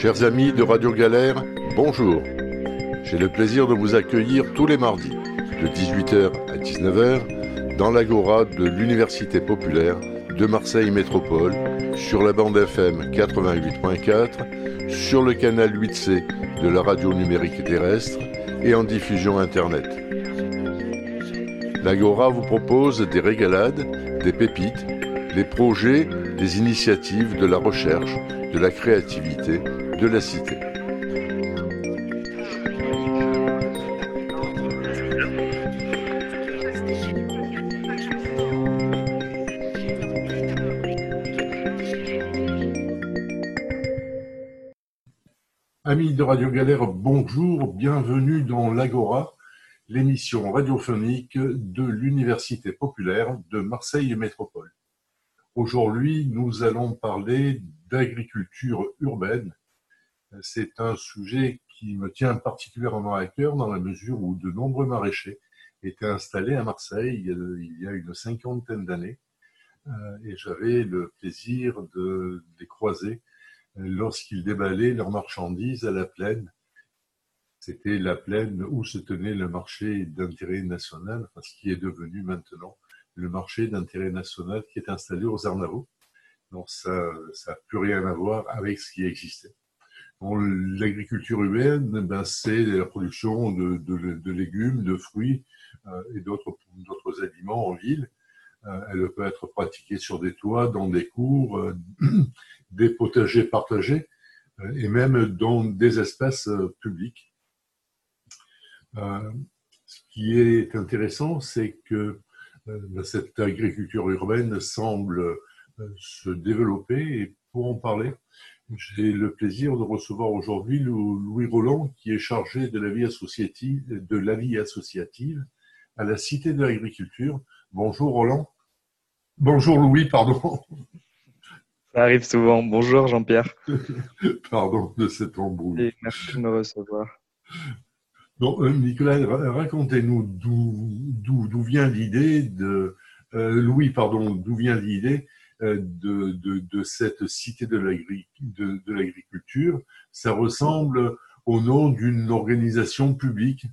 Chers amis de Radio Galère, bonjour. J'ai le plaisir de vous accueillir tous les mardis, de 18h à 19h, dans l'Agora de l'Université populaire de Marseille Métropole, sur la bande FM 88.4, sur le canal 8C de la radio numérique terrestre et en diffusion Internet. L'Agora vous propose des régalades, des pépites, des projets, des initiatives, de la recherche, de la créativité, de la cité. Amis de Radio Galère, bonjour, bienvenue dans l'Agora, l'émission radiophonique de l'Université populaire de Marseille Métropole. Aujourd'hui, nous allons parler d'agriculture urbaine. C'est un sujet qui me tient particulièrement à cœur dans la mesure où de nombreux maraîchers étaient installés à Marseille il y a une cinquantaine d'années et j'avais le plaisir de les croiser lorsqu'ils déballaient leurs marchandises à la plaine. C'était la plaine où se tenait le marché d'intérêt national, ce qui est devenu maintenant le marché d'intérêt national qui est installé aux Arnavaux. Donc ça n'a plus rien à voir avec ce qui existait. Bon, l'agriculture urbaine, c'est la production de légumes, de fruits et d'autres aliments en ville. Elle peut être pratiquée sur des toits, dans des cours, des potagers partagés et même dans des espaces publics. Ce qui est intéressant, c'est que cette agriculture urbaine semble se développer et pour en parler, j'ai le plaisir de recevoir aujourd'hui Louis Roland qui est chargé de la vie associative à la Cité de l'Agriculture. Bonjour Roland. Bonjour Louis, pardon. Ça arrive souvent. Bonjour Jean-Pierre. Pardon de cet embrouille. Et merci de me recevoir. Donc, Nicolas, racontez-nous d'où vient l'idée de Louis, pardon, d'où vient l'idée de cette cité de l'agriculture. Ça ressemble au nom d'une organisation publique.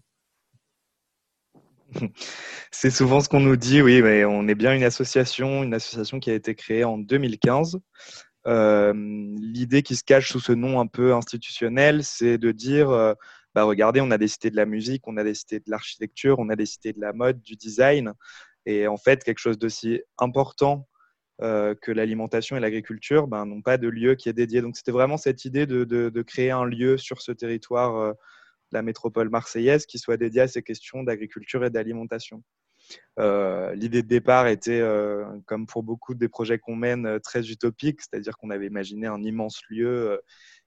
C'est souvent ce qu'on nous dit, oui, mais on est bien une association qui a été créée en 2015. L'idée qui se cache sous ce nom un peu institutionnel, c'est de dire regardez, on a des cités de la musique, on a des cités de l'architecture, on a des cités de la mode, du design. Et en fait, quelque chose d'aussi important que l'alimentation et l'agriculture n'ont pas de lieu qui est dédié. Donc, c'était vraiment cette idée de créer un lieu sur ce territoire, la métropole marseillaise, qui soit dédié à ces questions d'agriculture et d'alimentation. L'idée de départ était, comme pour beaucoup des projets qu'on mène, très utopique, c'est-à-dire qu'on avait imaginé un immense lieu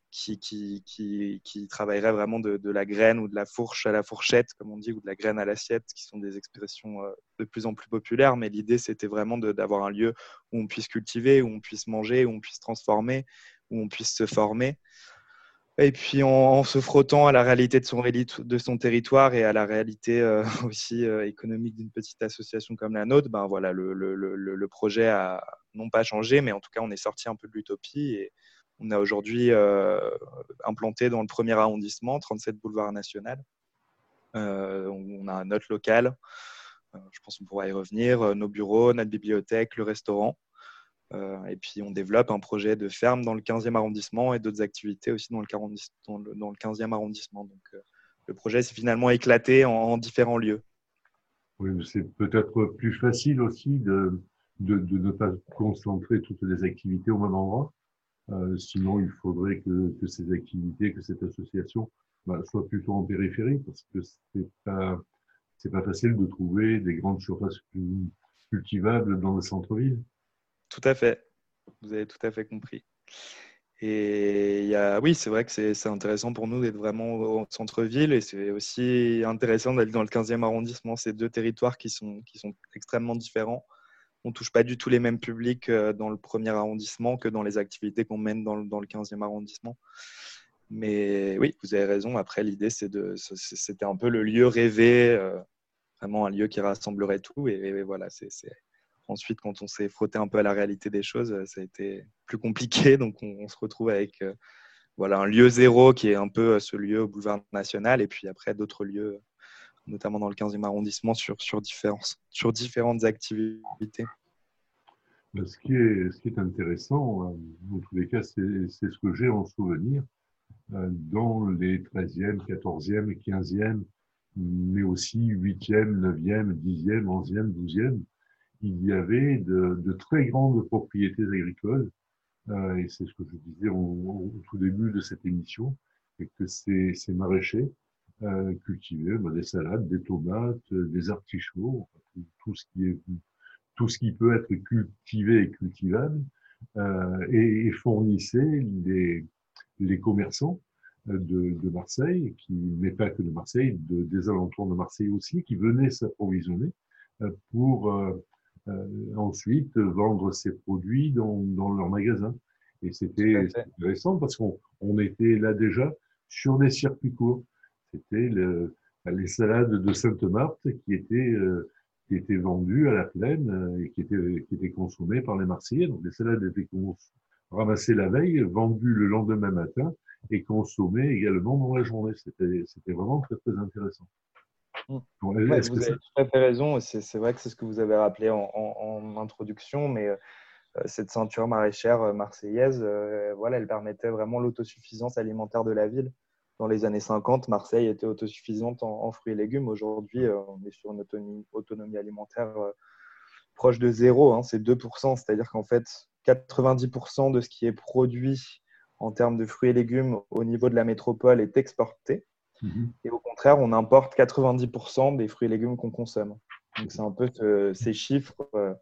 qui travaillerait vraiment de la graine ou de la fourche à la fourchette, comme on dit, ou de la graine à l'assiette, qui sont des expressions de plus en plus populaires. Mais l'idée, c'était vraiment d'avoir un lieu où on puisse cultiver, où on puisse manger, où on puisse transformer, où on puisse se former. Et puis en se frottant à la réalité de son territoire et à la réalité aussi économique d'une petite association comme la nôtre, le projet a non pas changé, mais en tout cas on est sorti un peu de l'utopie et on a aujourd'hui implanté dans le premier arrondissement, 37 boulevard National. On a notre local, je pense qu'on pourra y revenir, nos bureaux, notre bibliothèque, le restaurant. Et puis, on développe un projet de ferme dans le 15e arrondissement et d'autres activités aussi dans le 15e arrondissement. Donc, le projet s'est finalement éclaté en différents lieux. Oui, mais c'est peut-être plus facile aussi de ne pas concentrer toutes les activités au même endroit. Sinon, il faudrait que ces activités, que cette association soit plutôt en périphérie parce que c'est pas facile de trouver des grandes surfaces cultivables dans le centre-ville. Tout à fait. Vous avez tout à fait compris. Et oui, c'est vrai que c'est intéressant pour nous d'être vraiment au centre-ville et c'est aussi intéressant d'aller dans le 15e arrondissement. C'est deux territoires qui sont extrêmement différents. On ne touche pas du tout les mêmes publics dans le premier arrondissement que dans les activités qu'on mène dans le 15e arrondissement. Mais oui, vous avez raison. Après, l'idée, c'était un peu le lieu rêvé, vraiment un lieu qui rassemblerait tout. Et voilà, ensuite, quand on s'est frotté un peu à la réalité des choses, ça a été plus compliqué. Donc, on se retrouve avec voilà, un lieu zéro qui est un peu ce lieu au boulevard National, et puis après d'autres lieux, notamment dans le 15e arrondissement, sur différentes activités. Ce qui est intéressant, dans tous les cas, c'est ce que j'ai en souvenir, dans les 13e, 14e, 15e, mais aussi 8e, 9e, 10e, 11e, 12e, il y avait de très grandes propriétés agricoles, et c'est ce que je disais au tout début de cette émission, et que ces maraîchers cultivaient des salades, des tomates, des artichauts, tout ce qui est tout ce qui peut être cultivé et cultivable, et fournissait les commerçants de Marseille, mais pas que de Marseille, des alentours de Marseille aussi, qui venaient s'approvisionner pour ensuite vendre ces produits dans leurs magasins. Et c'était intéressant parce qu'on était là déjà sur des circuits courts. C'était les salades de Sainte-Marthe qui étaient vendues à la plaine et qui étaient consommées par les Marseillais. Donc les salades étaient ramassées la veille, vendues le lendemain matin et consommées également dans la journée. C'était vraiment très, très intéressant. Bon, ouais, vous avez tout à fait raison. C'est vrai que c'est ce que vous avez rappelé en introduction, mais cette ceinture maraîchère marseillaise, voilà, elle permettait vraiment l'autosuffisance alimentaire de la ville. Dans les années 50, Marseille était autosuffisante en fruits et légumes. Aujourd'hui, on est sur une autonomie alimentaire proche de zéro, hein, c'est 2%. C'est-à-dire qu'en fait, 90% de ce qui est produit en termes de fruits et légumes au niveau de la métropole est exporté. Et au contraire, on importe 90% des fruits et légumes qu'on consomme. Donc, c'est un peu ces chiffres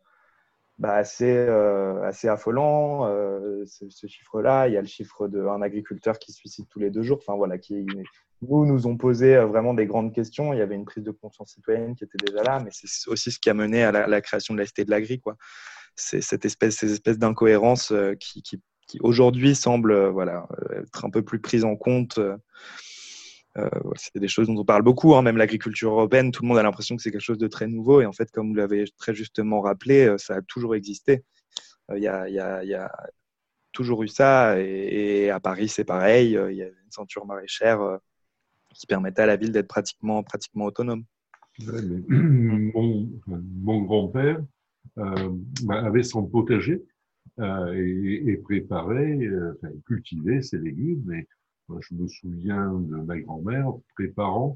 assez affolants. Ce chiffre-là, il y a le chiffre d'un agriculteur qui se suicide tous les 2 jours. Enfin, voilà, qui nous ont posé vraiment des grandes questions. Il y avait une prise de conscience citoyenne qui était déjà là, mais c'est aussi ce qui a mené à la création de la Cité de l'Agri, quoi. C'est ces espèces d'incohérences qui aujourd'hui semblent être un peu plus prises en compte. C'est des choses dont on parle beaucoup, hein. Même l'agriculture européenne, tout le monde a l'impression que c'est quelque chose de très nouveau. Et en fait, comme vous l'avez très justement rappelé, ça a toujours existé. Il y a toujours eu ça. Et à Paris, c'est pareil. Il y a une ceinture maraîchère qui permettait à la ville d'être pratiquement autonome. Ouais, mon grand-père avait son potager et préparait, cultivait ses légumes. Mais moi, je me souviens de ma grand-mère préparant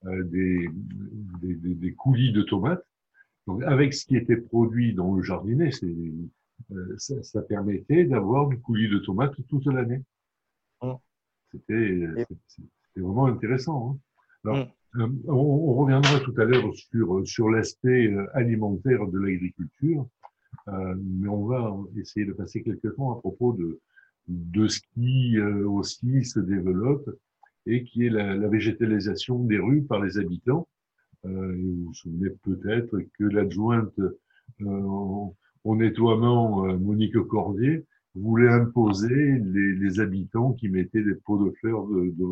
des coulis de tomates. Donc, avec ce qui était produit dans le jardinet, ça permettait d'avoir du coulis de tomates toute l'année. C'était vraiment intéressant, hein. Alors, on reviendra tout à l'heure sur l'aspect alimentaire de l'agriculture, mais on va essayer de passer quelques temps à propos de ce qui aussi se développe et qui est la végétalisation des rues par les habitants. Vous vous souvenez peut-être que l'adjointe au nettoiement, Monique Cordier, voulait imposer les habitants qui mettaient des pots de fleurs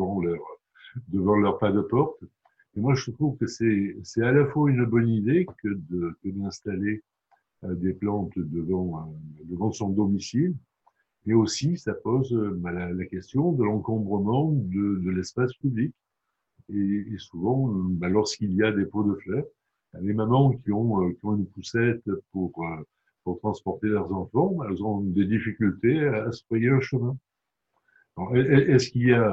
devant leur pas de porte. Et moi, je trouve que c'est à la fois une bonne idée que d'installer des plantes devant son domicile, mais aussi ça pose la question de l'encombrement de l'espace public. Et souvent, lorsqu'il y a des pots de fleurs, les mamans qui ont une poussette pour transporter leurs enfants, elles ont des difficultés à se payer un chemin. Est-ce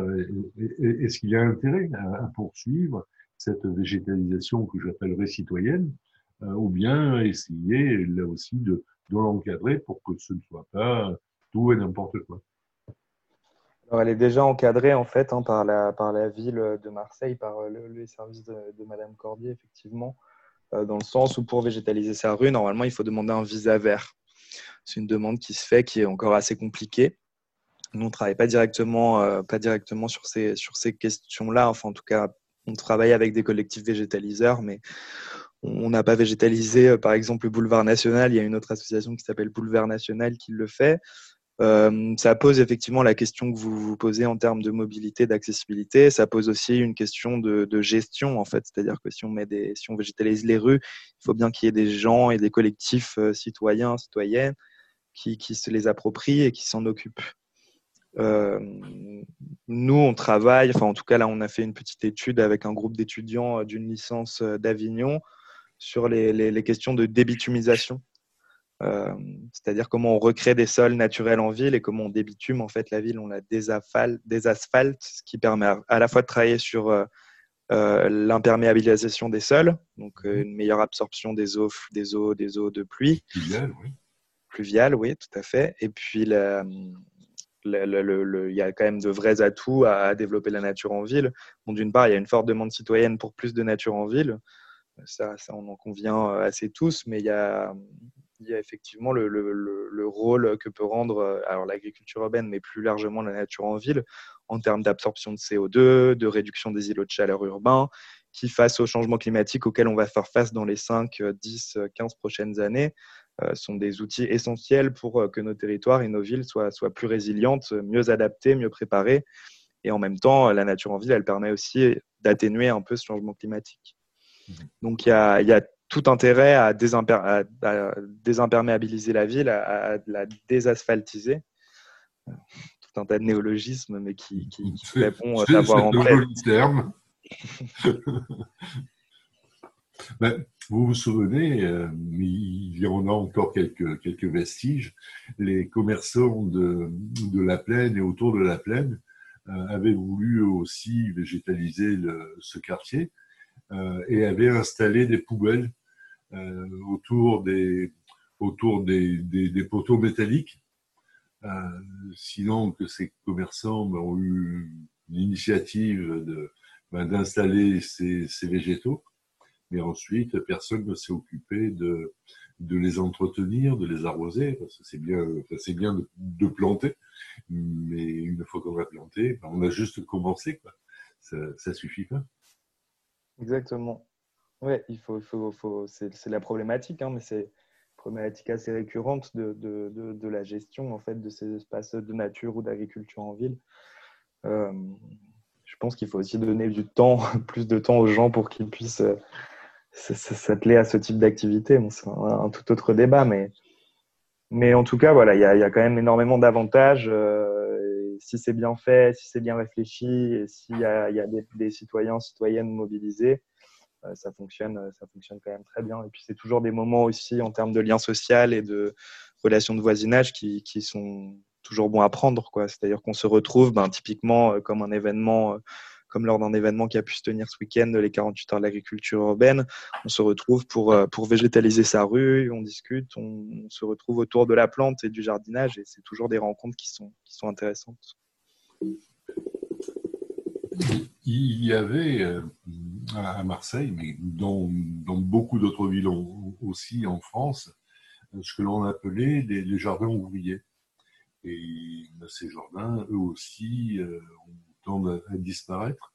qu'il y a intérêt à poursuivre cette végétalisation que j'appellerais citoyenne, ou bien essayer là aussi de l'encadrer pour que ce ne soit pas tout et n'importe quoi? Alors, elle est déjà encadrée en fait, hein, par la ville de Marseille, par les services de Madame Cordier, effectivement, dans le sens où pour végétaliser sa rue, normalement, il faut demander un visa vert. C'est une demande qui se fait, qui est encore assez compliquée. Nous, on ne travaille pas directement sur ces questions-là. Enfin, en tout cas, on travaille avec des collectifs végétaliseurs, mais on n'a pas végétalisé, par exemple, le boulevard National. Il y a une autre association qui s'appelle Boulevard National qui le fait. Ça pose effectivement la question que vous vous posez en termes de mobilité, d'accessibilité. Ça pose aussi une question de gestion, en fait. C'est-à-dire que si on végétalise les rues, il faut bien qu'il y ait des gens et des collectifs citoyens, citoyennes qui se les approprient et qui s'en occupent. Nous, on travaille, enfin en tout cas là, on a fait une petite étude avec un groupe d'étudiants d'une licence d'Avignon sur les questions de débitumisation. C'est-à-dire comment on recrée des sols naturels en ville et comment on débitume en fait la ville, on la désasphalte, ce qui permet à la fois de travailler sur l'imperméabilisation des sols, donc une meilleure absorption des eaux de pluie. Pluvial, oui. Pluvial, oui, tout à fait. Et puis il y a quand même de vrais atouts à développer la nature en ville. Bon, d'une part, il y a une forte demande citoyenne pour plus de nature en ville. Ça on en convient assez tous, mais il y a effectivement le rôle que peut rendre alors l'agriculture urbaine, mais plus largement la nature en ville, en termes d'absorption de CO2, de réduction des îlots de chaleur urbains, qui, face au changement climatique auquel on va faire face dans les 5, 10, 15 prochaines années, sont des outils essentiels pour que nos territoires et nos villes soient plus résilientes, mieux adaptées, mieux préparées. Et en même temps, la nature en ville, elle permet aussi d'atténuer un peu ce changement climatique. Donc, il y a tout intérêt à désimperméabiliser la ville, à la désasphaltiser. Tout un tas de néologismes, mais qui répond à savoir en tête. C'est un joli terme. Ben, vous vous souvenez, il y en a encore quelques vestiges, les commerçants de la plaine et autour de la plaine avaient voulu aussi végétaliser ce quartier et avaient installé des poubelles autour des poteaux métalliques. Sinon que ces commerçants ont eu l'initiative d'installer ces végétaux. Mais ensuite, personne ne s'est occupé de les entretenir, de les arroser, parce que c'est bien de planter, mais une fois qu'on a planté, on a juste commencé, quoi. Ça suffit pas. Exactement. Ouais, c'est la problématique, hein, mais c'est une problématique assez récurrente de la gestion en fait de ces espaces de nature ou d'agriculture en ville. Je pense qu'il faut aussi donner du temps, plus de temps aux gens pour qu'ils puissent s'atteler à ce type d'activité. Bon, c'est un tout autre débat, mais en tout cas, voilà, il y a quand même énormément d'avantages. Si c'est bien fait, si c'est bien réfléchi, et s'il y a des citoyens, citoyennes mobilisés, ça fonctionne quand même très bien. Et puis, c'est toujours des moments aussi en termes de lien social et de relations de voisinage qui sont toujours bons à prendre, quoi. C'est-à-dire qu'on se retrouve, typiquement, comme un événement, comme lors d'un événement qui a pu se tenir ce week-end, les 48 heures de l'agriculture urbaine. On se retrouve pour végétaliser sa rue, on discute, on se retrouve autour de la plante et du jardinage, et c'est toujours des rencontres qui sont intéressantes. Il y avait à Marseille, mais dans beaucoup d'autres villes aussi en France, ce que l'on appelait les jardins ouvriers. Et ces jardins, eux aussi, tendent à disparaître.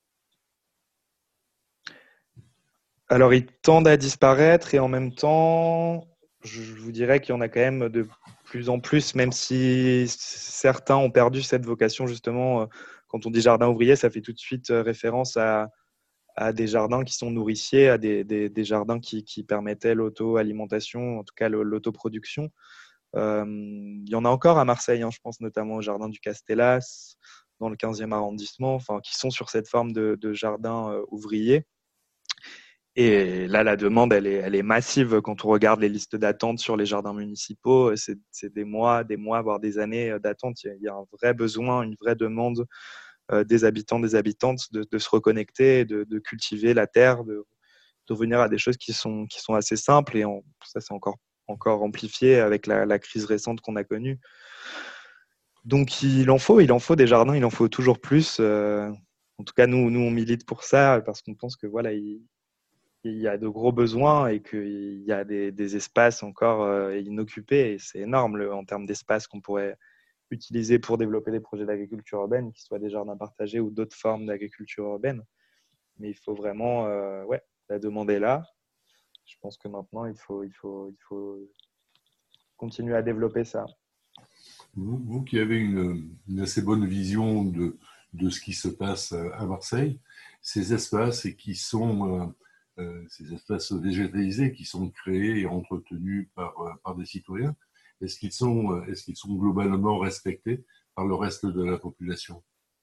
Alors, ils tendent à disparaître et en même temps, je vous dirais qu'il y en a quand même de plus en plus, même si certains ont perdu cette vocation, justement. Quand on dit jardin ouvrier, ça fait tout de suite référence à des jardins qui sont nourriciers, à des jardins qui permettaient l'auto-alimentation, en tout cas l'autoproduction. Il y en a encore à Marseille, hein, je pense notamment au jardin du Castellas, dans le 15e arrondissement, enfin, qui sont sur cette forme de jardin ouvrier. Et là, la demande, elle est massive quand on regarde les listes d'attente sur les jardins municipaux. C'est des mois, voire des années d'attente. Il y a un vrai besoin, une vraie demande des habitants, des habitantes de se reconnecter, de cultiver la terre, de revenir à des choses qui sont assez simples. Et ça, c'est encore amplifié avec la crise récente qu'on a connue. Donc, il en faut des jardins, il en faut toujours plus. En tout cas, nous, on milite pour ça parce qu'on pense que voilà, il y a de gros besoins et qu'il y a des espaces encore inoccupés. Et c'est énorme en termes d'espace qu'on pourrait utiliser pour développer des projets d'agriculture urbaine, qu'ils soient des jardins partagés ou d'autres formes d'agriculture urbaine. Mais il faut vraiment, la demande est là. Je pense que maintenant, il faut continuer à développer ça. Vous qui avez une assez bonne vision de ce qui se passe à Marseille, ces espaces qui sont ces espaces végétalisés qui sont créés et entretenus par des citoyens, est-ce qu'ils sont globalement respectés par le reste de la population.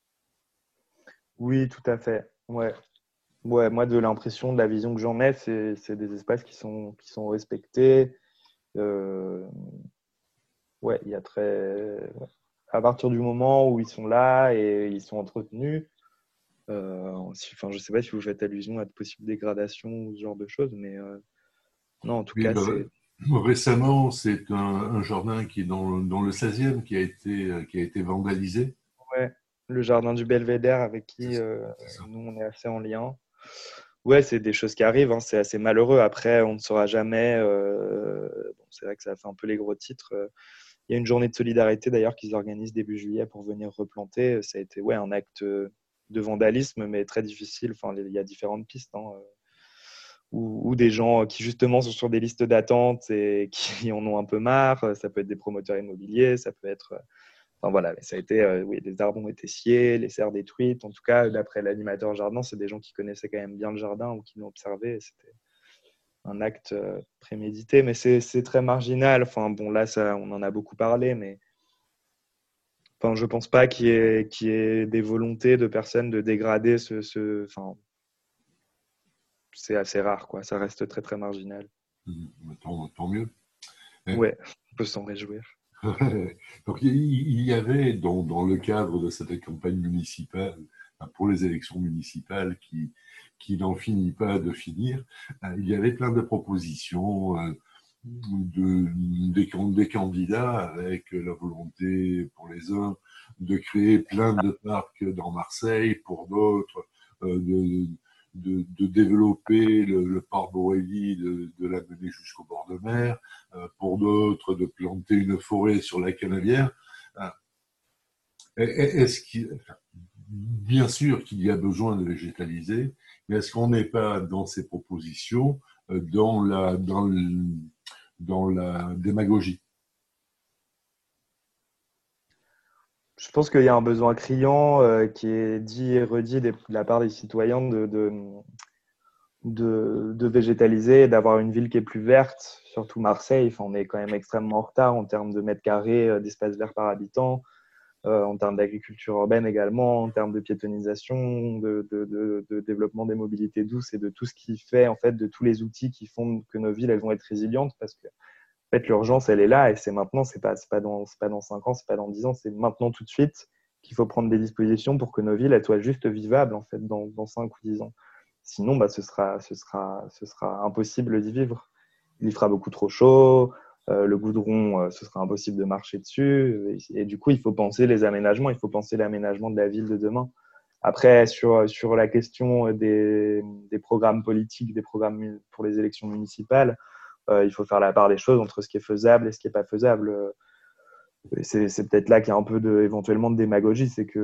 Oui, tout à fait. Ouais. Ouais, moi, de l'impression, de la vision que j'en ai, c'est des espaces qui sont respectés. Euh, ouais, il y a très. Ouais. À partir du moment où ils sont là et ils sont entretenus, enfin, je sais pas si vous faites allusion à de possibles dégradations ou ce genre de choses, mais non, en tout Oui, cas, c'est. récemment, c'est un jardin qui est dans le 16e qui a été vandalisé. Ouais, le jardin du Belvédère avec C'est qui ça. C'est ça. nous, on est assez en lien. Ouais, c'est des choses qui arrivent, hein, c'est assez malheureux. Après, on ne saura jamais. Bon, c'est vrai que ça a fait un peu les gros titres. Il y a une journée de solidarité d'ailleurs qu'ils organisent début juillet pour venir replanter. Ça a été ouais, un acte de vandalisme, mais très difficile. Enfin, il y a différentes pistes. Hein, ou des gens qui justement sont sur des listes d'attente et qui en ont un peu marre. Ça peut être des promoteurs immobiliers, ça peut être. Enfin voilà, mais ça a été, oui, les arbres ont été sciés, les serres détruites. En tout cas, d'après l'animateur jardin, c'est des gens qui connaissaient quand même bien le jardin ou qui l'ont observé. C'était un acte prémédité, mais c'est très marginal. Enfin bon, là, ça, on en a beaucoup parlé, mais enfin, je pense pas qu'il y ait des volontés de personnes de dégrader enfin, c'est assez rare, quoi. Ça reste très très marginal. Tant mieux. Ouais, on peut s'en réjouir. Donc, il y avait dans le cadre de cette campagne municipale, pour les élections municipales qui n'en finit pas de finir, il y avait plein de propositions des candidats avec la volonté pour les uns de créer plein de parcs dans Marseille, pour d'autres de développer le parc Borély, de l'amener jusqu'au bord de mer, pour d'autres de planter une forêt sur la Canebière. Est-ce qu'il, bien sûr qu'il y a besoin de végétaliser, mais est-ce qu'on n'est pas dans ces propositions dans la démagogie? Je pense qu'il y a un besoin criant qui est dit et redit de la part des citoyens de végétaliser et d'avoir une ville qui est plus verte, surtout Marseille. Enfin, on est quand même extrêmement en retard en termes de mètres carrés d'espace vert par habitant, en termes d'agriculture urbaine également, en termes de piétonisation, de développement des mobilités douces et de tout ce qui fait, en fait, de tous les outils qui font que nos villes elles vont être résilientes parce que en fait, l'urgence, elle est là et c'est maintenant, c'est pas dans 5 ans, c'est pas dans 10 ans, c'est maintenant tout de suite qu'il faut prendre des dispositions pour que nos villes elles soient juste vivables en fait, dans 5 ou 10 ans. Sinon, bah, ce sera impossible d'y vivre. Il y fera beaucoup trop chaud, le goudron, ce sera impossible de marcher dessus. Et du coup, il faut penser les aménagements, il faut penser l'aménagement de la ville de demain. Après, sur la question des programmes politiques, des programmes pour les élections municipales, il faut faire la part des choses entre ce qui est faisable et ce qui n'est pas faisable. C'est peut-être là qu'il y a un peu éventuellement de démagogie, c'est que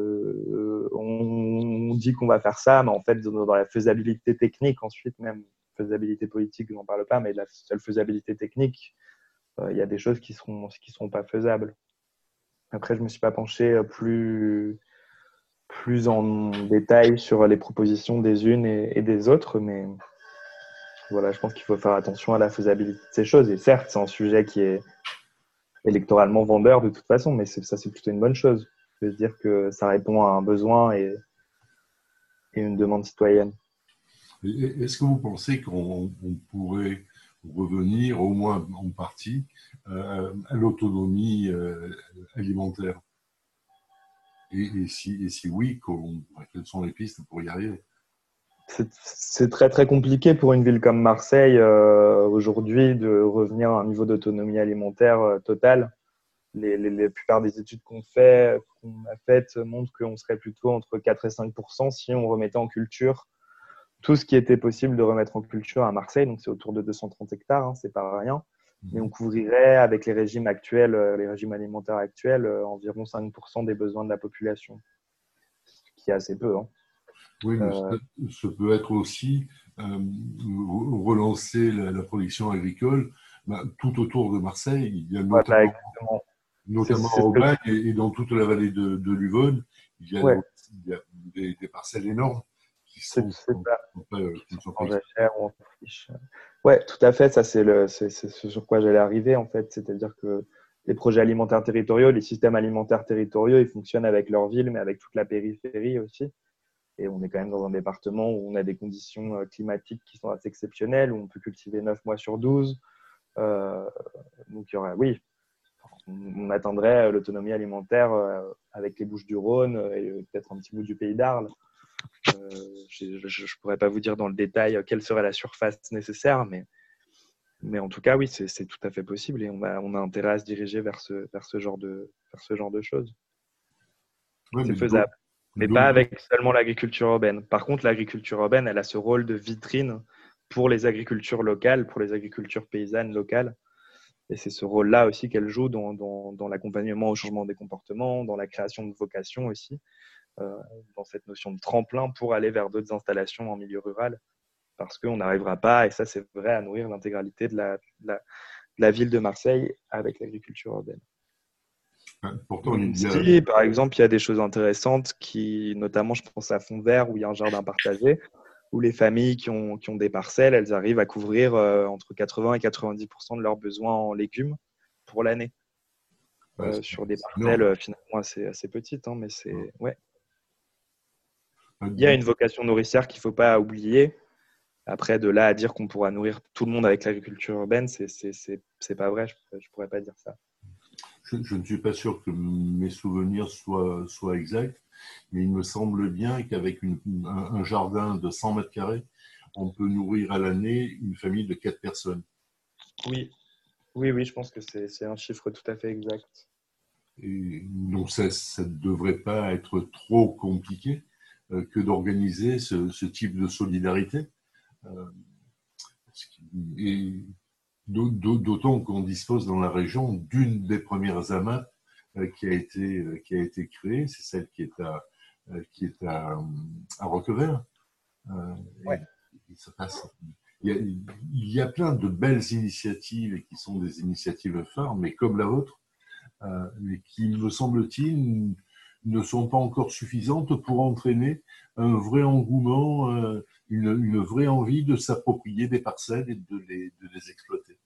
on dit qu'on va faire ça, mais en fait, dans la faisabilité technique, ensuite même, faisabilité politique, je n'en parle pas, mais la seule faisabilité technique, il y a des choses qui seront pas faisables. Après, je me suis pas penché plus en détail sur les propositions des unes et des autres, mais voilà, je pense qu'il faut faire attention à la faisabilité de ces choses. Et certes, c'est un sujet qui est électoralement vendeur de toute façon, mais ça, c'est plutôt une bonne chose. De se dire que ça répond à un besoin et une demande citoyenne. Est-ce que vous pensez qu'on pourrait revenir, au moins en partie, à l'autonomie alimentaire? Et si oui, quelles sont les pistes pour y arriver? C'est très très compliqué pour une ville comme Marseille aujourd'hui de revenir à un niveau d'autonomie alimentaire total. La plupart des études qu'on a faites montrent qu'on serait plutôt entre 4 et 5% si on remettait en culture tout ce qui était possible de remettre en culture à Marseille. Donc c'est autour de 230 hectares, hein, c'est pas rien. Mais on couvrirait avec les régimes actuels, les régimes alimentaires actuels, environ 5% des besoins de la population, ce qui est assez peu. Hein. Oui, mais Euh, ce peut être aussi relancer la production agricole tout autour de Marseille. Il y a voilà, exactement. notamment à C'est ce que Aubagne et dans toute la vallée de l'Uvonne, ouais, il y a des parcelles énormes c'est ça. qui ne sont pas En exploitées. jachère ou en friche. Ouais, tout à fait. Ça, c'est ce sur quoi j'allais arriver, en fait. C'est-à-dire que les projets alimentaires territoriaux, les systèmes alimentaires territoriaux, ils fonctionnent avec leur ville, mais avec toute la périphérie aussi. Et on est quand même dans un département où on a des conditions climatiques qui sont assez exceptionnelles, où on peut cultiver 9 mois sur 12. Donc, il y aurait, oui, on atteindrait l'autonomie alimentaire avec les Bouches-du-Rhône et peut-être un petit bout du Pays d'Arles. Je ne pourrais pas vous dire dans le détail quelle serait la surface nécessaire, mais en tout cas, oui, c'est tout à fait possible et on a intérêt à se diriger vers ce genre de choses. Ouais, C'est faisable, mais pas avec seulement l'agriculture urbaine. Par contre, l'agriculture urbaine, elle a ce rôle de vitrine pour les agricultures locales, pour les agricultures paysannes locales. Et c'est ce rôle-là aussi qu'elle joue dans l'accompagnement au changement des comportements, dans la création de vocations aussi, dans cette notion de tremplin pour aller vers d'autres installations en milieu rural. Parce qu'on n'arrivera pas, et ça c'est vrai, à nourrir l'intégralité de la ville de Marseille avec l'agriculture urbaine. Pourtant, Même si, par exemple, il y a des choses intéressantes, notamment je pense à Fond Vert, où il y a un jardin partagé, où les familles qui ont des parcelles, elles arrivent à couvrir entre 80 et 90% de leurs besoins en légumes pour l'année. Sur des parcelles finalement assez petites, hein, mais c'est ouais. Il y a une vocation nourricière qu'il ne faut pas oublier. Après, de là à dire qu'on pourra nourrir tout le monde avec l'agriculture urbaine, c'est pas vrai. Je pourrais pas dire ça. Je ne suis pas sûr que mes souvenirs soient exacts, mais il me semble bien qu'avec un jardin de 100 mètres carrés, on peut nourrir à l'année une famille de 4 personnes. Oui, je pense que c'est un chiffre tout à fait exact. Et donc, ça ne devrait pas être trop compliqué que d'organiser ce type de solidarité. Et d'autant qu'on dispose dans la région d'une des premières AMAP qui a été créée, c'est celle qui est à Roquevert. Ouais. Ça passe. Il y a plein de belles initiatives qui sont des initiatives phares, mais comme la vôtre, mais qui, me semble-t-il, ne sont pas encore suffisantes pour entraîner un vrai engouement, une vraie envie de s'approprier des parcelles et de les exploiter.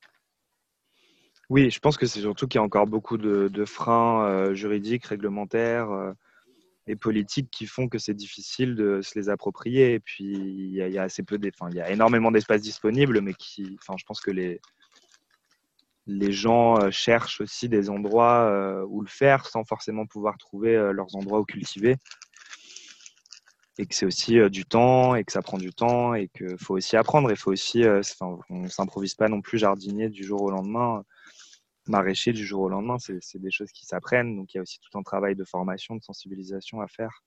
Oui, je pense que c'est surtout qu'il y a encore beaucoup de freins juridiques, réglementaires et politiques qui font que c'est difficile de se les approprier. Et puis, il y a assez peu, il y a énormément d'espaces disponibles, mais je pense que les gens cherchent aussi des endroits où le faire sans forcément pouvoir trouver leurs endroits où cultiver. Et que c'est aussi du temps et que ça prend du temps et qu'il faut aussi apprendre. Il faut aussi, on ne s'improvise pas non plus jardinier du jour au lendemain, maraîcher du jour au lendemain. C'est des choses qui s'apprennent. Donc, il y a aussi tout un travail de formation, de sensibilisation à faire.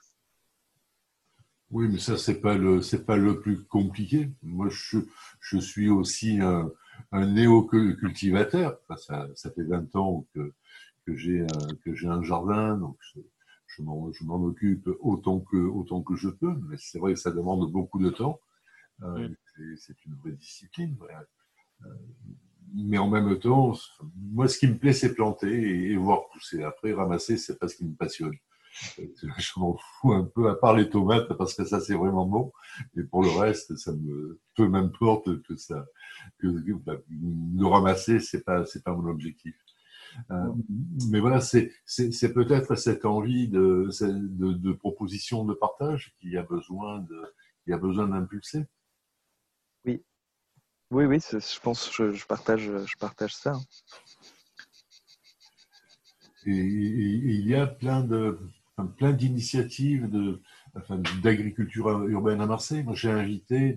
Oui, mais ça, c'est pas le plus compliqué. Moi, je suis aussi un néo-cultivateur. Enfin, ça fait 20 ans que j'ai un jardin, donc je m'en occupe autant que je peux. Mais c'est vrai que ça demande beaucoup de temps. C'est une vraie discipline. Mais en même temps, moi, ce qui me plaît, c'est planter et voir pousser. Après, ramasser, c'est pas ce qui me passionne. Je m'en fous un peu, à part les tomates, parce que ça, c'est vraiment bon. Et pour le reste, ça me peu m'importe que de ramasser, c'est pas mon objectif. Mais voilà, c'est peut-être cette envie de proposition de partage qui a besoin d'impulser. Oui, je pense que je partage ça. Et il y a plein d'initiatives d'agriculture urbaine à Marseille. Moi, j'ai invité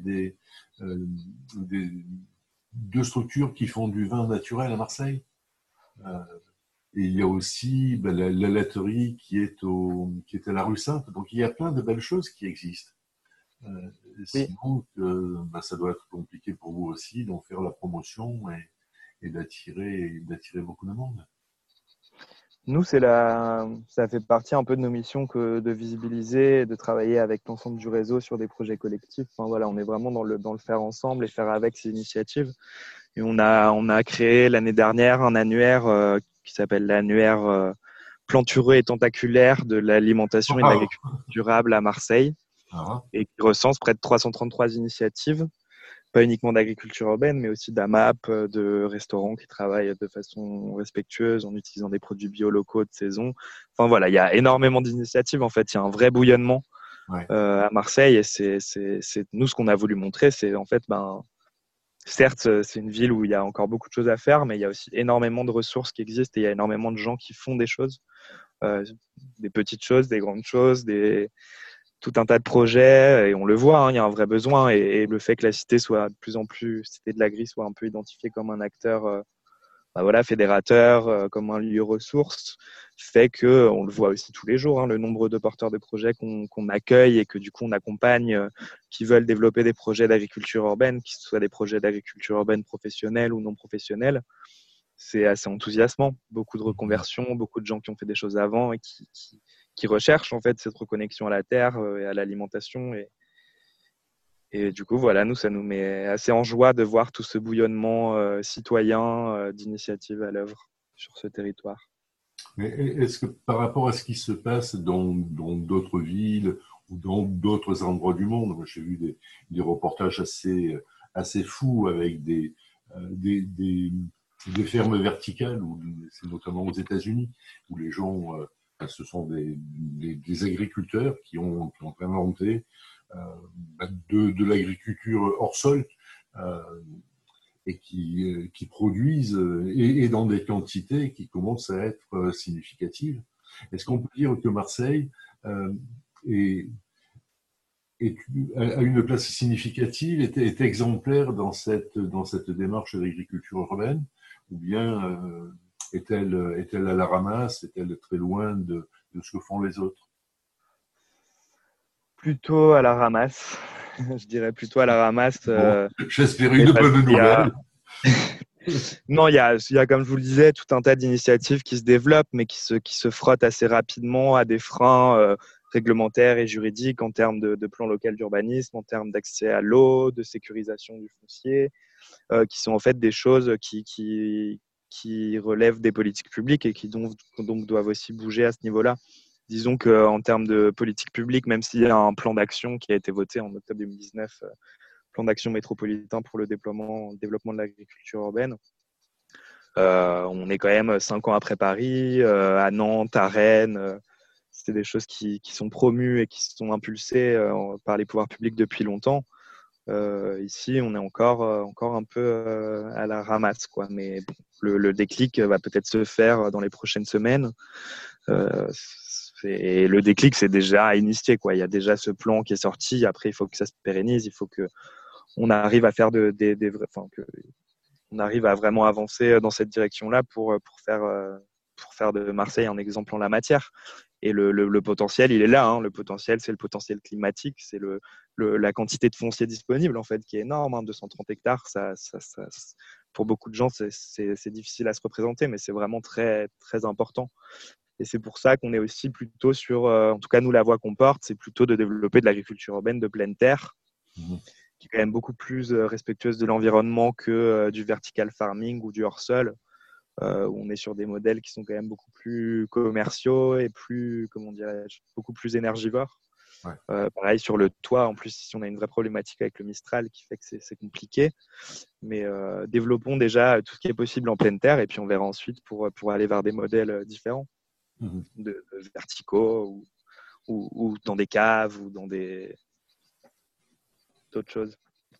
deux structures qui font du vin naturel à Marseille. Et il y a aussi la laiterie qui est à la rue Sainte. Donc, il y a plein de belles choses qui existent. Sinon, ça doit être compliqué pour vous aussi d'en faire la promotion et d'attirer beaucoup de monde. Nous, ça fait partie un peu de nos missions que de visibiliser, de travailler avec l'ensemble du réseau sur des projets collectifs. Enfin, voilà, on est vraiment dans le faire ensemble et faire avec ces initiatives. Et on a créé l'année dernière un annuaire qui s'appelle l'annuaire plantureux et tentaculaire de l'alimentation et de l'agriculture durable à Marseille et qui recense près de 333 initiatives pas uniquement d'agriculture urbaine, mais aussi d'AMAP, de restaurants qui travaillent de façon respectueuse en utilisant des produits bio locaux de saison. Enfin voilà, il y a énormément d'initiatives. En fait, il y a un vrai bouillonnement Ouais. à Marseille, et c'est nous ce qu'on a voulu montrer, c'est en fait, certes, c'est une ville où il y a encore beaucoup de choses à faire, mais il y a aussi énormément de ressources qui existent et il y a énormément de gens qui font des choses, des petites choses, des grandes choses, tout un tas de projets, et on le voit, hein, il y a un vrai besoin, et le fait que la cité soit de plus en plus, cité de l'Agri soit un peu identifiée comme un acteur voilà, fédérateur, comme un lieu ressource, fait que on le voit aussi tous les jours, hein, le nombre de porteurs de projets qu'on accueille et que du coup on accompagne, qui veulent développer des projets d'agriculture urbaine, que ce soit des projets d'agriculture urbaine professionnelle ou non professionnelle. C'est assez enthousiasmant. Beaucoup de reconversions, beaucoup de gens qui ont fait des choses avant et qui recherchent en fait cette reconnexion à la terre et à l'alimentation. Et du coup, voilà, nous, ça nous met assez en joie de voir tout ce bouillonnement citoyen d'initiatives à l'œuvre sur ce territoire. Mais est-ce que par rapport à ce qui se passe dans d'autres villes ou dans d'autres endroits du monde, moi j'ai vu des reportages assez fous avec des fermes verticales, c'est notamment aux États-Unis, où les gens, ce sont des agriculteurs qui ont inventé de l'agriculture hors sol. Euh, et qui produisent et dans des quantités qui commencent à être significatives. Est-ce qu'on peut dire que Marseille euh, est, a une place significative, est exemplaire dans cette démarche d'agriculture urbaine, ou bien est-elle à la ramasse, est-elle très loin de ce que font les autres? Plutôt à la ramasse, je dirais plutôt à la ramasse. Bon, j'espère Mais une parce bonne qu'il y a... nouvelle. Non, il y a, comme je vous le disais, tout un tas d'initiatives qui se développent, mais qui se frottent assez rapidement à des freins réglementaires et juridiques en termes de plan local d'urbanisme, en termes d'accès à l'eau, de sécurisation du foncier, qui sont en fait des choses qui relèvent des politiques publiques et qui donc doivent aussi bouger à ce niveau-là. Disons qu'en termes de politique publique, même s'il y a un plan d'action qui a été voté en octobre 2019, plan d'action métropolitain pour le développement de l'agriculture urbaine, on est quand même 5 ans après Paris, à Nantes, à Rennes. C'est des choses qui sont promues et qui sont impulsées par les pouvoirs publics depuis longtemps. Ici, on est encore un peu à la ramasse, quoi. Mais bon, le déclic va peut-être se faire dans les prochaines semaines. Et le déclic, c'est déjà initié, quoi. Il y a déjà ce plan qui est sorti. Après, il faut que ça se pérennise. Il faut que on arrive à faire on arrive à vraiment avancer dans cette direction-là pour faire de Marseille un exemple en la matière. Et le potentiel, il est là. Hein. Le potentiel, c'est le potentiel climatique, c'est la quantité de foncier disponible, en fait, qui est énorme. Hein. 230 hectares, pour beaucoup de gens, c'est difficile à se représenter, mais c'est vraiment très, très important. Et c'est pour ça qu'on est aussi plutôt en tout cas, nous, la voie qu'on porte, c'est plutôt de développer de l'agriculture urbaine de pleine terre, qui est quand même beaucoup plus respectueuse de l'environnement que du vertical farming ou du hors-sol, où on est sur des modèles qui sont quand même beaucoup plus commerciaux et plus, comment dirais-je, beaucoup plus énergivores. Ouais. Pareil sur le toit, en plus, si on a une vraie problématique avec le Mistral qui fait que c'est compliqué. Mais développons déjà tout ce qui est possible en pleine terre et puis on verra ensuite pour aller vers des modèles différents, de verticaux ou dans des caves ou dans d'autres choses.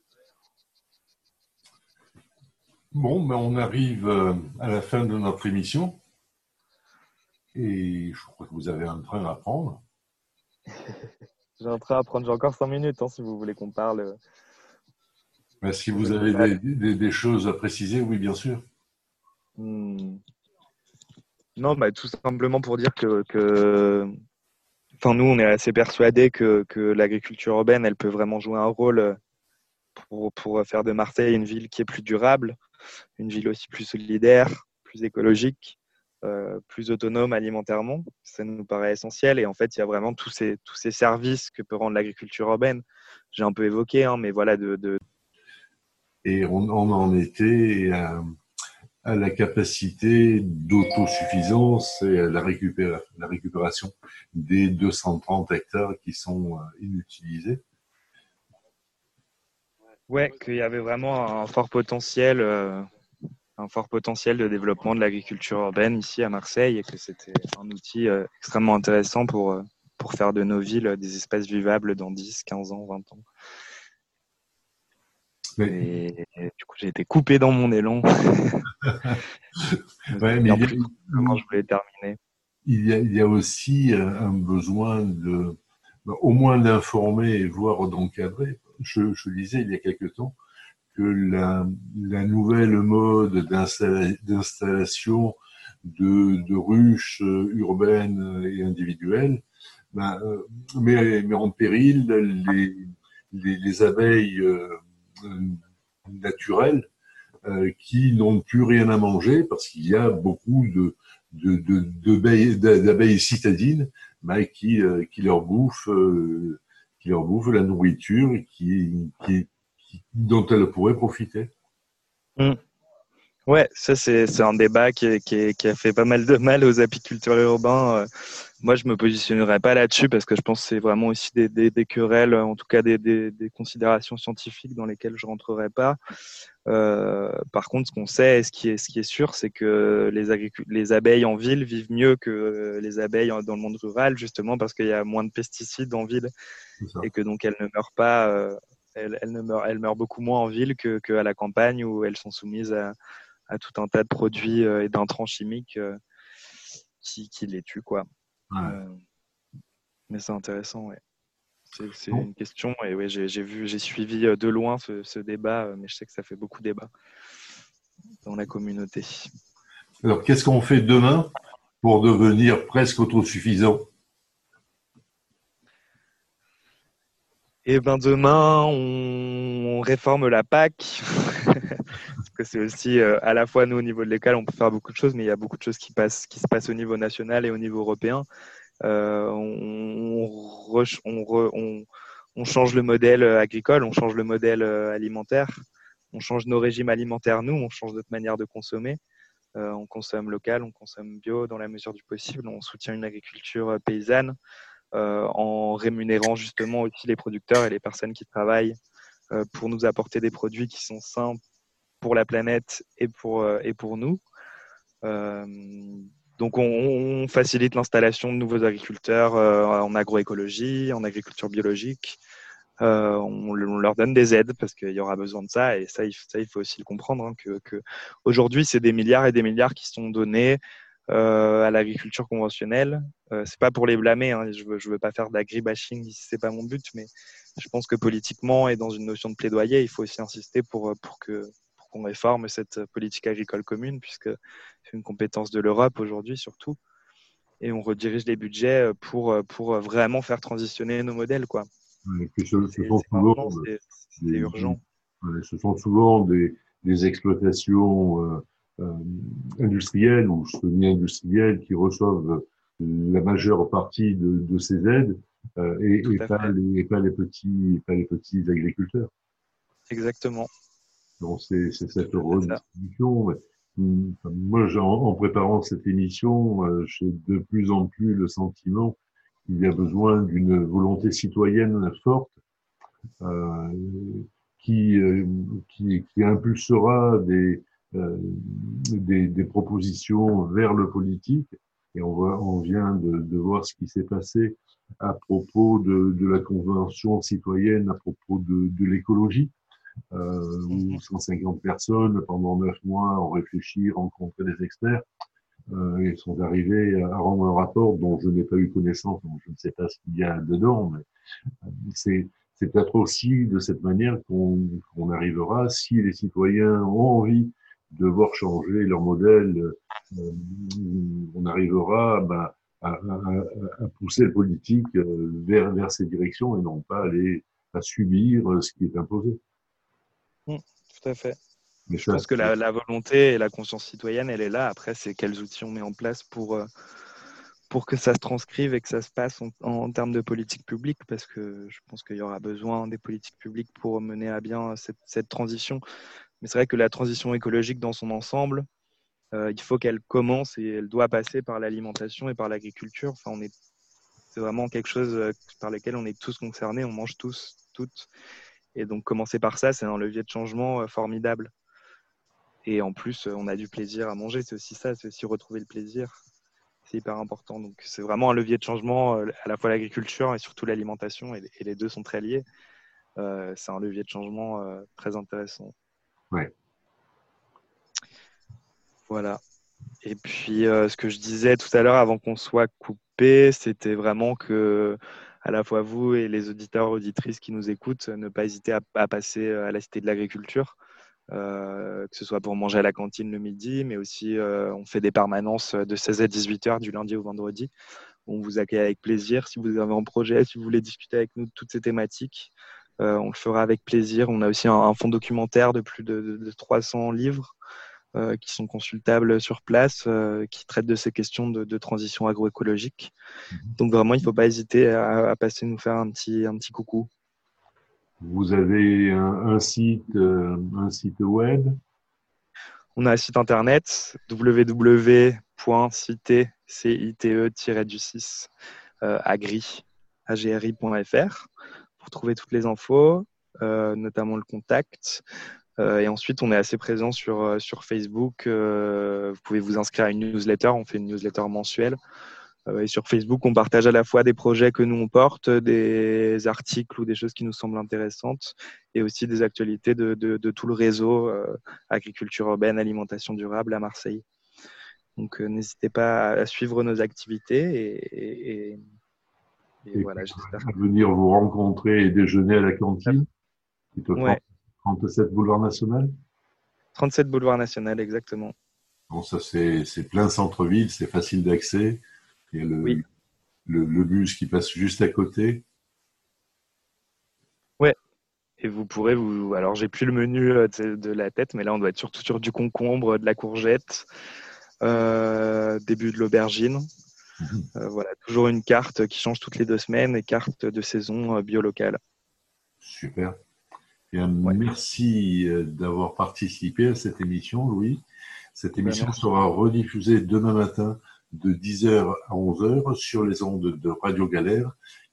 Bon, ben on arrive à la fin de notre émission et je crois que vous avez un train à prendre. J'ai un train à prendre, j'ai encore 5 minutes si vous voulez qu'on parle. Ben, si vous avez des choses à préciser, oui, bien sûr. Non, tout simplement pour dire enfin, nous, on est assez persuadés que l'agriculture urbaine, elle peut vraiment jouer un rôle pour faire de Marseille une ville qui est plus durable, une ville aussi plus solidaire, plus écologique, plus autonome alimentairement. Ça nous paraît essentiel. Et en fait, il y a vraiment tous ces services que peut rendre l'agriculture urbaine. J'ai un peu évoqué, mais voilà, Et on en était à la capacité d'autosuffisance et à la récupération des 230 hectares qui sont inutilisés. Ouais, qu'il y avait vraiment un fort potentiel de développement de l'agriculture urbaine ici à Marseille et que c'était un outil extrêmement intéressant pour faire de nos villes des espaces vivables dans 10, 15 ans, 20 ans. Mais, Et du coup, j'ai été coupé dans mon élan. Je me ouais, mais souviens plus trop comment je voulais terminer. il y a aussi un besoin au moins d'informer et voire d'encadrer. Je lisais il y a quelque temps que la nouvelle mode d'installation de ruches urbaines et individuelles ben, met en péril les abeilles naturelles qui n'ont plus rien à manger parce qu'il y a beaucoup d'abeilles citadines ben, qui leur bouffent la nourriture et dont elles pourraient profiter. Mm. Ouais, ça c'est un débat qui a fait pas mal de mal aux apiculteurs urbains. Moi, je me positionnerai pas là-dessus parce que je pense que c'est vraiment aussi des querelles, en tout cas des considérations scientifiques dans lesquelles je rentrerai pas. Par contre, ce qu'on sait et ce qui est sûr, c'est que les abeilles en ville vivent mieux que les abeilles dans le monde rural, justement parce qu'il y a moins de pesticides en ville C'est ça. et que donc elles ne meurent pas. Elles meurent beaucoup moins en ville qu'à la campagne où elles sont soumises à tout un tas de produits et d'intrants chimiques qui les tuent, quoi. Ouais. Euh, mais c'est intéressant, ouais. C'est Bon. une question et ouais, j'ai suivi de loin ce débat, mais je sais que ça fait beaucoup débat dans la communauté. Alors, qu'est-ce qu'on fait demain pour devenir presque autosuffisant? Et ben demain, on réforme la PAC. Parce que c'est aussi à la fois nous au niveau de l'école, on peut faire beaucoup de choses, mais il y a beaucoup de choses qui se passent au niveau national et au niveau européen. On change le modèle agricole, on change le modèle alimentaire, on change nos régimes alimentaires, nous, on change notre manière de consommer. On consomme local, on consomme bio dans la mesure du possible, on soutient une agriculture paysanne en rémunérant justement aussi les producteurs et les personnes qui travaillent pour nous apporter des produits qui sont sains pour la planète et pour nous. Euh, donc on facilite l'installation de nouveaux agriculteurs en agroécologie, en agriculture biologique. On leur donne des aides parce qu'il y aura besoin de ça et ça il faut aussi le comprendre hein, que aujourd'hui c'est des milliards et des milliards qui sont donnés à l'agriculture conventionnelle. C'est pas pour les blâmer, hein, je veux pas faire d'agribashing ici, c'est pas mon but, mais je pense que politiquement et dans une notion de plaidoyer, il faut aussi insister pour qu'on réforme cette politique agricole commune, puisque c'est une compétence de l'Europe aujourd'hui surtout, et on redirige les budgets pour vraiment faire transitionner nos modèles, quoi. Et puis ce C'est sont souvent maintenant, c'est des, urgent. ce sont souvent des exploitations industrielles ou semi-industrielles qui reçoivent la majeure partie de ces aides Tout à fait. pas les petits agriculteurs. Exactement. Donc c'est C'est cette tout à fait ça. redistribution. Moi, en préparant cette émission, j'ai de plus en plus le sentiment qu'il y a besoin d'une volonté citoyenne forte euh, qui, euh, qui impulsera des propositions vers le politique. Et on vient de voir ce qui s'est passé à propos de la Convention citoyenne, à propos de l'écologie, où Mhm. 150 personnes, pendant 9 mois, ont réfléchi, rencontré des experts, et sont arrivés à rendre un rapport dont je n'ai pas eu connaissance, donc je ne sais pas ce qu'il y a dedans, mais c'est c'est peut-être aussi de cette manière qu'on arrivera, si les citoyens ont envie de voir changer leur modèle, euh, on arrivera ben, à pousser le politique vers ces directions et non pas à subir ce qui est imposé. Mm, tout à fait. Mais Je ça, pense que la volonté et la conscience citoyenne, elle est là. Après, c'est quels outils on met en place pour que ça se transcrive et que ça se passe en termes de politique publique, parce que je pense qu'il y aura besoin des politiques publiques pour mener à bien cette transition. Mais c'est vrai que la transition écologique dans son ensemble, il faut qu'elle commence et elle doit passer par l'alimentation et par l'agriculture. Enfin, c'est vraiment quelque chose par lequel on est tous concernés, on mange tous, toutes. Et donc, commencer par ça, c'est un levier de changement formidable. Et en plus, on a du plaisir à manger. C'est aussi ça, c'est aussi retrouver le plaisir. C'est hyper important. Donc, c'est vraiment un levier de changement, à la fois l'agriculture et surtout l'alimentation. Et les deux sont très liés. C'est un levier de changement très intéressant. Ouais. Voilà. Et puis, ce que je disais tout à l'heure avant qu'on soit coupé, c'était vraiment que, à la fois vous et les auditeurs, auditrices qui nous écoutent, ne pas hésiter à passer à la Cité de l'Agriculture, que ce soit pour manger à la cantine le midi, mais aussi on fait des permanences de 16 à 18 heures du lundi au vendredi. On vous accueille avec plaisir. Si vous avez un projet, si vous voulez discuter avec nous de toutes ces thématiques, on le fera avec plaisir. On a aussi un fonds documentaire de plus de 300 livres qui sont consultables sur place, qui traitent de ces questions de transition agroécologique. Donc vraiment, il ne faut pas hésiter à passer nous faire un petit coucou. Vous avez un site web? On a un site internet www.cite-agri.fr pour trouver toutes les infos, notamment le contact. Et ensuite, on est assez présent sur Facebook. Vous pouvez vous inscrire à une newsletter. On fait une newsletter mensuelle. Et sur Facebook, on partage à la fois des projets que nous on porte, des articles ou des choses qui nous semblent intéressantes, et aussi des actualités de tout le réseau agriculture urbaine, alimentation durable à Marseille. Donc, n'hésitez pas à suivre nos activités et voilà, j'espère. À venir vous rencontrer et déjeuner à la cantine, qui est au 37 boulevard National. 37 boulevard National, exactement. Bon, ça c'est plein centre-ville, c'est facile d'accès. Il y a le bus qui passe juste à côté. Ouais. Et vous pourrez alors j'ai plus le menu de la tête, mais là on doit être surtout sur du concombre, de la courgette, début de l'aubergine. Voilà, toujours une carte qui change toutes les 2 semaines et carte de saison bio locale. Super. Bien, merci d'avoir participé à cette émission, Louis. Cette émission sera rediffusée demain matin de 10h à 11h sur les ondes de Radio Galère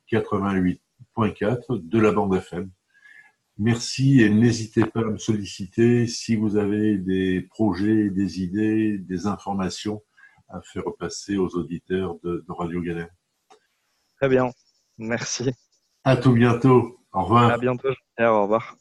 88.4 de la bande FM. Merci et n'hésitez pas à me solliciter si vous avez des projets, des idées, des informations à faire passer aux auditeurs de Radio Galère. Très bien, merci. À tout bientôt. Au revoir. À bientôt, Jean-Pierre. Au revoir.